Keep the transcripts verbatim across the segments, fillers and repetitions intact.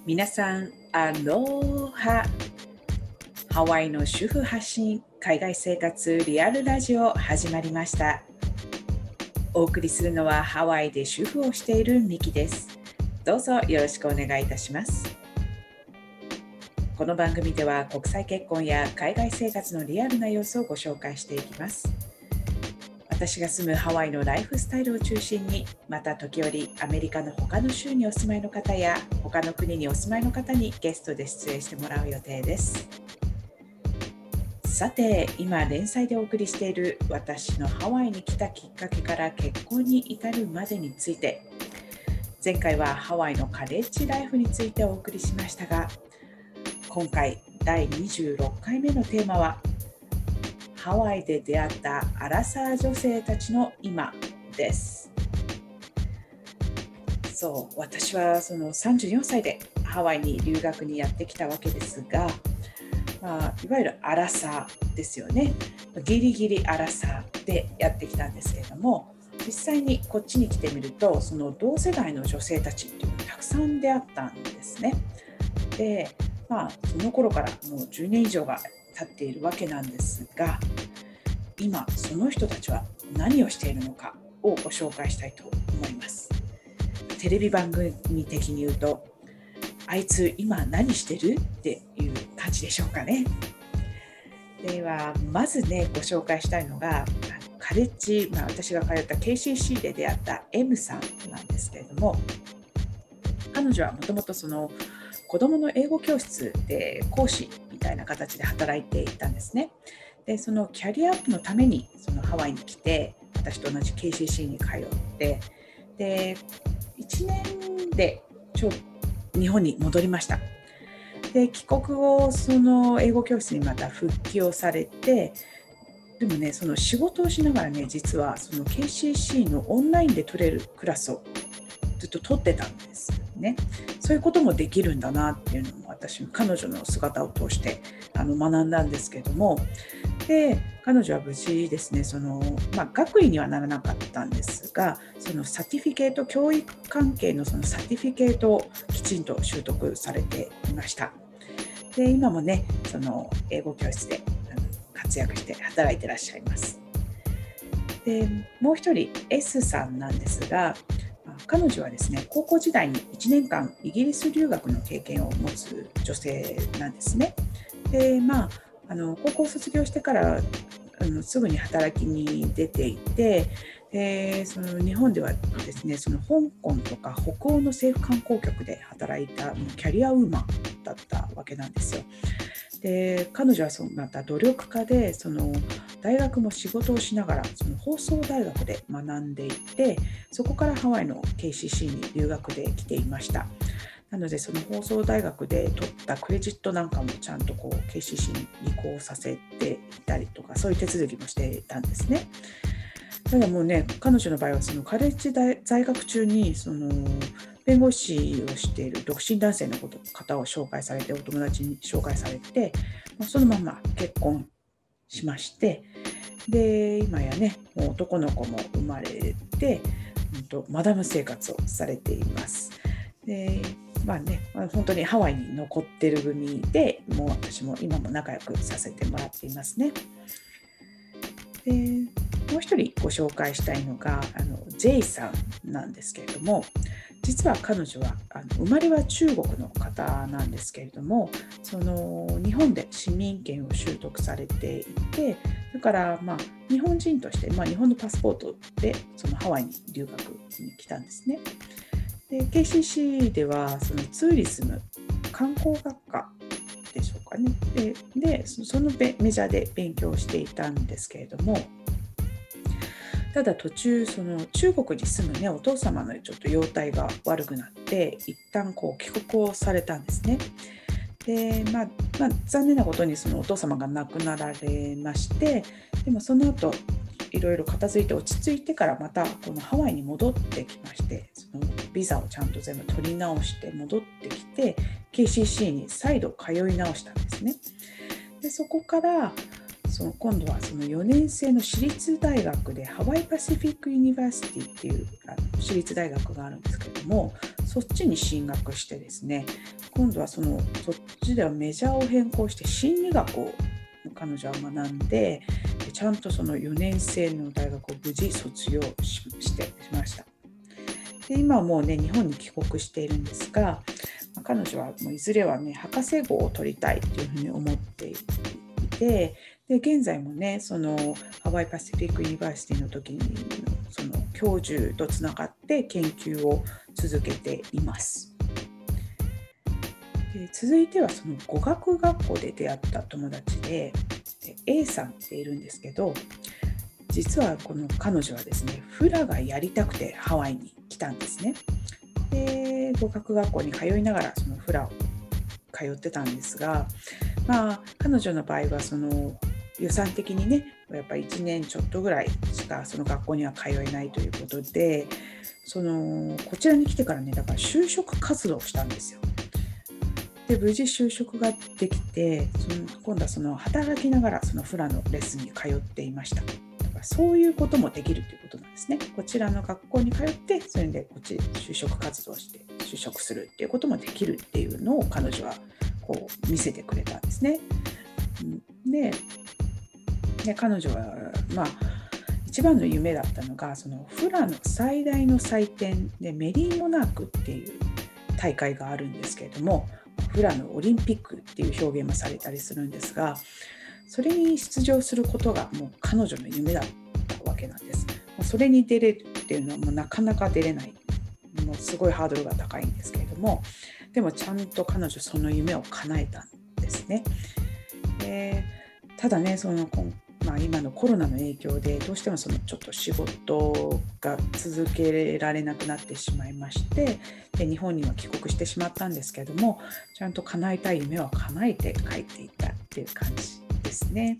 皆さん、アロハ。ハワイの主婦発信海外生活リアルラジオ始まりました。お送りするのはハワイで主婦をしているミキです。どうぞよろしくお願いいたします。この番組では国際結婚や海外生活のリアルな様子をご紹介していきます。私が住むハワイのライフスタイルを中心に、また時折アメリカの他の州にお住まいの方や他の国にお住まいの方にゲストで出演してもらう予定です。さて、今連載でお送りしている私のハワイに来たきっかけから結婚に至るまでについて、前回はハワイのカレッジライフについてお送りしましたが、今回だいにじゅうろっかいめのテーマはハワイで出会ったアラサー女性たちの今です。そう、私はそのさんじゅうよんさいでハワイに留学にやってきたわけですが、まあ、いわゆるアラサーですよね。ギリギリアラサーでやってきたんですけれども、実際にこっちに来てみると、その同世代の女性たちっていうのがたくさん出会ったんですね。で、まあ、その頃からもうじゅうねん以上が経っているわけなんですが、今その人たちは何をしているのかをご紹介したいと思います。テレビ番組的に言うと、あいつ今何してるっていう感じでしょうかね。ではまずね、ご紹介したいのがカレッジ、まあ、私が通った ケーシーシー で出会った M さんなんですけれども、彼女はもともとその子どもの英語教室で講師みたいな形で働いていたんですね。で、そのキャリアアップのためにそのハワイに来て、私と同じ ケーシーシー に通って、でいちねんでちょ日本に戻りました。で、帰国後その英語教室にまた復帰をされて、でもね、その仕事をしながらね、実はその ケーシーシー のオンラインで取れるクラスをずっと取ってたんですね。そういうこともできるんだなっていうのも、私彼女の姿を通してあの学んだんですけども、で彼女は無事ですね、その、まあ、学位にはならなかったんですが、そのサティフィケート、教育関係のそのサティフィケートをきちんと習得されていました。で、今もね、その英語教室であの活躍して働いてらっしゃいます。で、もう一人 S さんなんですが、彼女はですね、高校時代にいちねんかんイギリス留学の経験を持つ女性なんですね。で、まあ、あの高校卒業してからあのすぐに働きに出ていて、でその日本ではですね、その香港とか北欧の政府観光局で働いたキャリアウーマンだったわけなんですよ。で、彼女はそのまた努力家で、その大学も仕事をしながらその放送大学で学んでいて、そこからハワイの ケーシーシー に留学で来ていました。なので、その放送大学で取ったクレジットなんかもちゃんとこう ケーシーシー に移行させていたりとか、そういう手続きもしていたんですね。ただもうね、彼女の場合はそのカレッジ在学中にその弁護士をしている独身男性のこと方を紹介されて、お友達に紹介されて、そのまま結婚しまして、で今やね、もう男の子も生まれて、マダム生活をされています。でまあね、本当にハワイに残ってる組で、もう私も今も仲良くさせてもらっていますね。でもう一人ご紹介したいのがあの J さんなんですけれども、実は彼女はあの生まれは中国の方なんですけれども、その日本で市民権を習得されていて、だからまあ日本人として、まあ、日本のパスポートでそのハワイに留学に来たんですね。で ケーシーシー ではそのツーリズム、観光学科でしょうかね。で、でそのメジャーで勉強していたんですけれども、ただ途中その中国に住むね、お父様のちょっと容体が悪くなって、一旦こう帰国をされたんですね。で、まあ、まあ、残念なことにそのお父様が亡くなられまして、でもその後いろいろ片付いて落ち着いてから、またこのハワイに戻ってきまして、そのビザをちゃんと全部取り直して戻ってきて ケーシーシー に再度通い直したんですね。でそこからその今度はそのよねん生の私立大学でハワイパシフィックユニバーシティっていうあの私立大学があるんですけれども、 そっちに進学してですね、今度はそのそっちではメジャーを変更して心理学を彼女は学んで、ちゃんとそのよねん生の大学を無事卒業 し, してしました。で今はもうね日本に帰国しているんですが、彼女はもういずれはね博士号を取りたいというふうに思っていて、で現在もねそのハワイパシフィックユニバーシティの時にその教授とつながって研究を続けています。で続いてはその語学学校で出会った友達で、で A さんっているんですけど、実はこの彼女はですねフラがやりたくてハワイに来たんですね。で語学学校に通いながらそのフラを通ってたんですが、まあ彼女の場合はその予算的にねやっぱりいちねんちょっとぐらいしかその学校には通えないということで、そのこちらに来てからねだから就職活動をしたんですよ。で無事就職ができて、その今度はその働きながらそのフラのレッスンに通っていました。だからそういうこともできるということなんですね。こちらの学校に通ってそれでこっち就職活動して就職するっていうこともできるっていうのを彼女はこう見せてくれたんですね。でで彼女はまあ一番の夢だったのがそのフラの最大の祭典でメリーモナークっていう大会があるんですけれども、フラのオリンピックっていう表現もされたりするんですが、それに出場することがもう彼女の夢だったわけなんです。それに出れるっていうのはもうなかなか出れない、もうすごいハードルが高いんですけれども、でもちゃんと彼女その夢を叶えたんですね。でただねそのまあ、今のコロナの影響でどうしてもそのちょっと仕事が続けられなくなってしまいまして、で日本には帰国してしまったんですけれども、ちゃんと叶えたい夢は叶えて帰っていったっていう感じですね。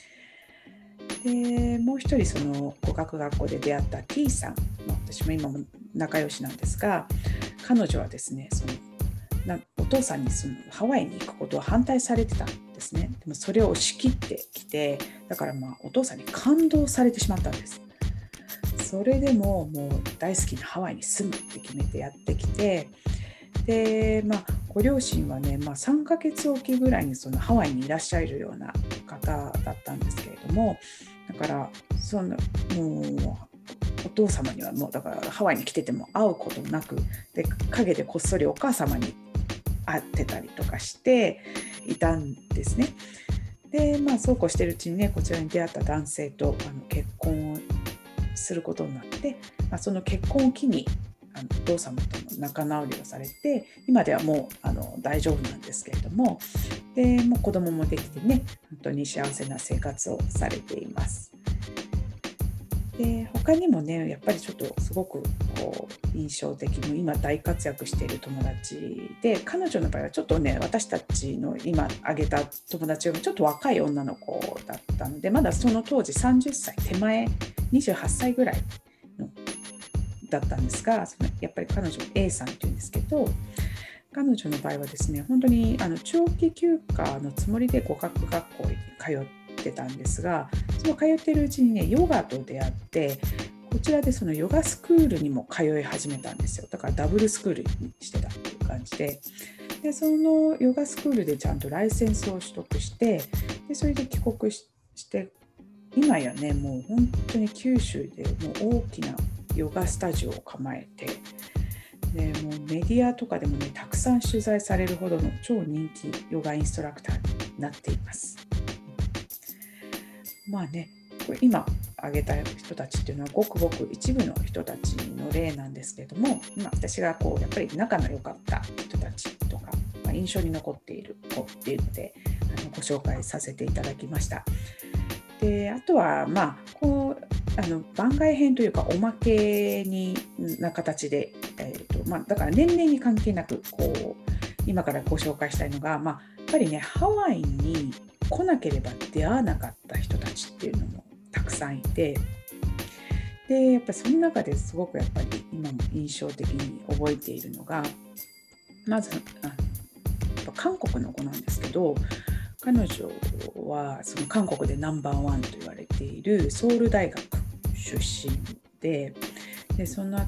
でもう一人その語学学校で出会った T さん、私も今も仲良しなんですが、彼女はですねそのなお父さんにそのハワイに行くことを反対されてたんですね。でもそれを押し切ってきて、だからまあお父さんに感動されてしまったんです。それでももう大好きなハワイに住むって決めてやってきて、でまあご両親はね、まあ、さんかげつおきぐらいにそのハワイにいらっしゃるような方だったんですけれども、だからそのもうお父様にはもうだからハワイに来てても会うことなく、で陰でこっそりお母様に会ってたりとかしていたんですね。でまあそうこうしてるうちにねこちらに出会った男性とあの結婚をすることになって、まあ、その結婚を機にあのお父様との仲直りをされて、今ではもうあの大丈夫なんですけれども、でもう子供もできてね本当に幸せな生活をされています。で他にもねやっぱりちょっとすごくこう印象的に今大活躍している友達で、彼女の場合はちょっとね私たちの今挙げた友達よりもちょっと若い女の子だったので、まだその当時さんじゅっさい手前にじゅうはっさいぐらいのだったんですが、そのやっぱり彼女 A さんっていうんですけど、彼女の場合はですね本当にあの長期休暇のつもりで語学学校に通ってたんですが、その通っているうちにねヨガと出会って、こちらでそのヨガスクールにも通い始めたんですよ。だからダブルスクールにしてたっていう感じで、でそのヨガスクールでちゃんとライセンスを取得して、でそれで帰国しして今やねもう本当に九州でもう大きなヨガスタジオを構えて、でもうメディアとかでもねたくさん取材されるほどの超人気ヨガインストラクターになっています。まあねこれ今挙げた人たちっていうのはごくごく一部の人たちの例なんですけれども、今私がこうやっぱり仲の良かった人たちとか、まあ、印象に残っている子っていうのであのご紹介させていただきました。であとはまあこうあの番外編というかおまけにな形で、えーとまあ、だから年齢に関係なくこう今からご紹介したいのが、まあ、やっぱりねハワイに来なければ出会わなかった人たちっていうのもたくさんいて、でやっぱりその中ですごくやっぱり今も印象的に覚えているのが、まずあのやっぱ韓国の子なんですけど、彼女はその韓国でナンバーワンと言われているソウル大学出身で、でその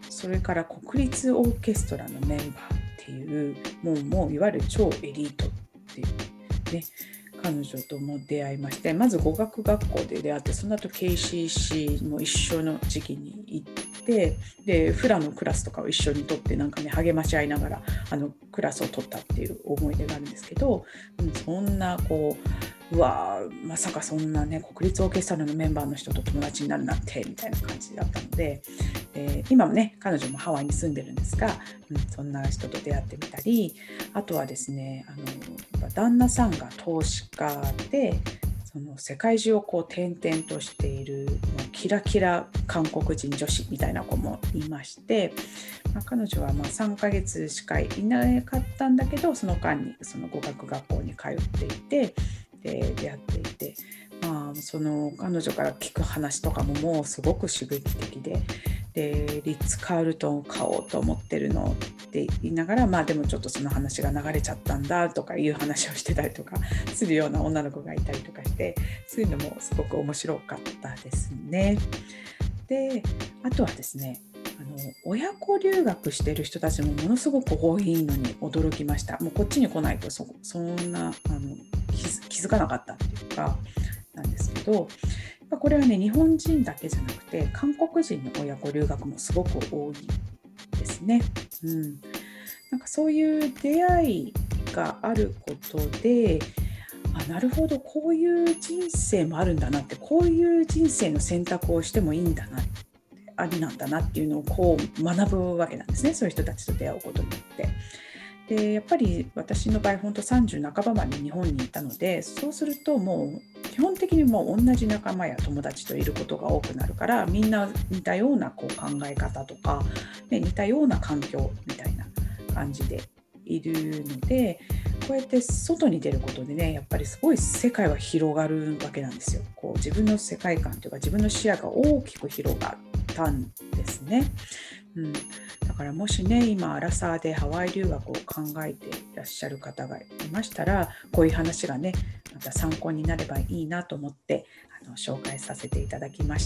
それから国立オーケストラのメンバーっていう、もう、もういわゆる超エリートっていうね、彼女とも出会いまして、まず語学学校で出会って、その後 ケーシーシー も一緒の時期に行って、でフラのクラスとかを一緒に取って、なんかね励まし合いながらあのクラスを取ったっていう思い出があるんですけど、うん、そんなこううわまさかそんなね国立オーケストラのメンバーの人と友達になるなんてみたいな感じだったので、えー、今もね彼女もハワイに住んでるんですが、うん、そんな人と出会ってみたり、あとはですね、あの旦那さんが投資家で、その世界中をこう転々としているキラキラ韓国人女子みたいな子もいまして、まあ、彼女はまあさんかげつしかいなかったんだけど、その間にその語学学校に通っていて、で出会っていて、まあ、その彼女から聞く話とかももうすごく刺激的で、でリッツ・カールトンを買おうと思ってるのって言いながら、まあでもちょっとその話が流れちゃったんだとかいう話をしてたりとかするような女の子がいたりとかして、そういうのもすごく面白かったですね。であとはですね、あの親子留学してる人たちもものすごく多いのに驚きました。もうこっちに来ないと そ, そんなあの 気, づ気づかなかったっていうかなんですけど、これはね日本人だけじゃなくて韓国人の親子留学もすごく多いですね。うん、なんかそういう出会いがあることで、あ、なるほどこういう人生もあるんだなって、こういう人生の選択をしてもいいんだな、ありなんだなっていうのをこう学ぶわけなんですね。そういう人たちと出会うことによって。でやっぱり私の場合本当さんじゅう半ばまで日本にいたので、そうするともう基本的にもう同じ仲間や友達といることが多くなるから、みんな似たようなこう考え方とか、ね、似たような環境みたいな感じでいるので、こうやって外に出ることでね、やっぱりすごい世界は広がるわけなんですよ。こう自分の世界観というか自分の視野が大きく広がったんですね。うん、だからもしね今アラサーでハワイ留学を考えていらっしゃる方がいましたら、こういう話がねまた参考になればいいなと思ってあの紹介させていただきました。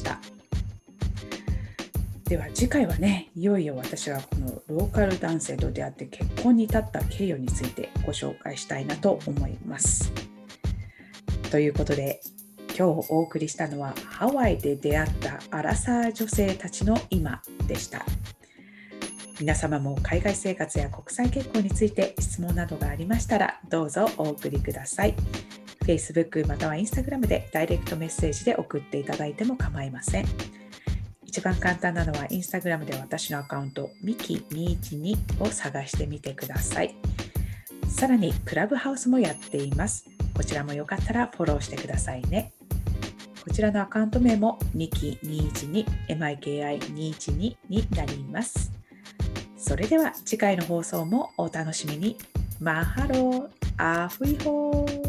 では次回はね、いよいよ私がこのローカル男性と出会って結婚に至った経緯についてご紹介したいなと思います。ということで今日お送りしたのはハワイで出会ったアラサー女性たちの今でした。皆様も海外生活や国際結婚について質問などがありましたらどうぞお送りください。Facebook または Instagram でダイレクトメッセージで送っていただいても構いません。一番簡単なのは Instagram で私のアカウントミキにいちにを探してみてください。さらにクラブハウスもやっています。こちらもよかったらフォローしてくださいね。こちらのアカウント名もミキにいちに エムアイケーアイにいちに になります。それでは次回の放送もお楽しみに。マハロー、アフイホー。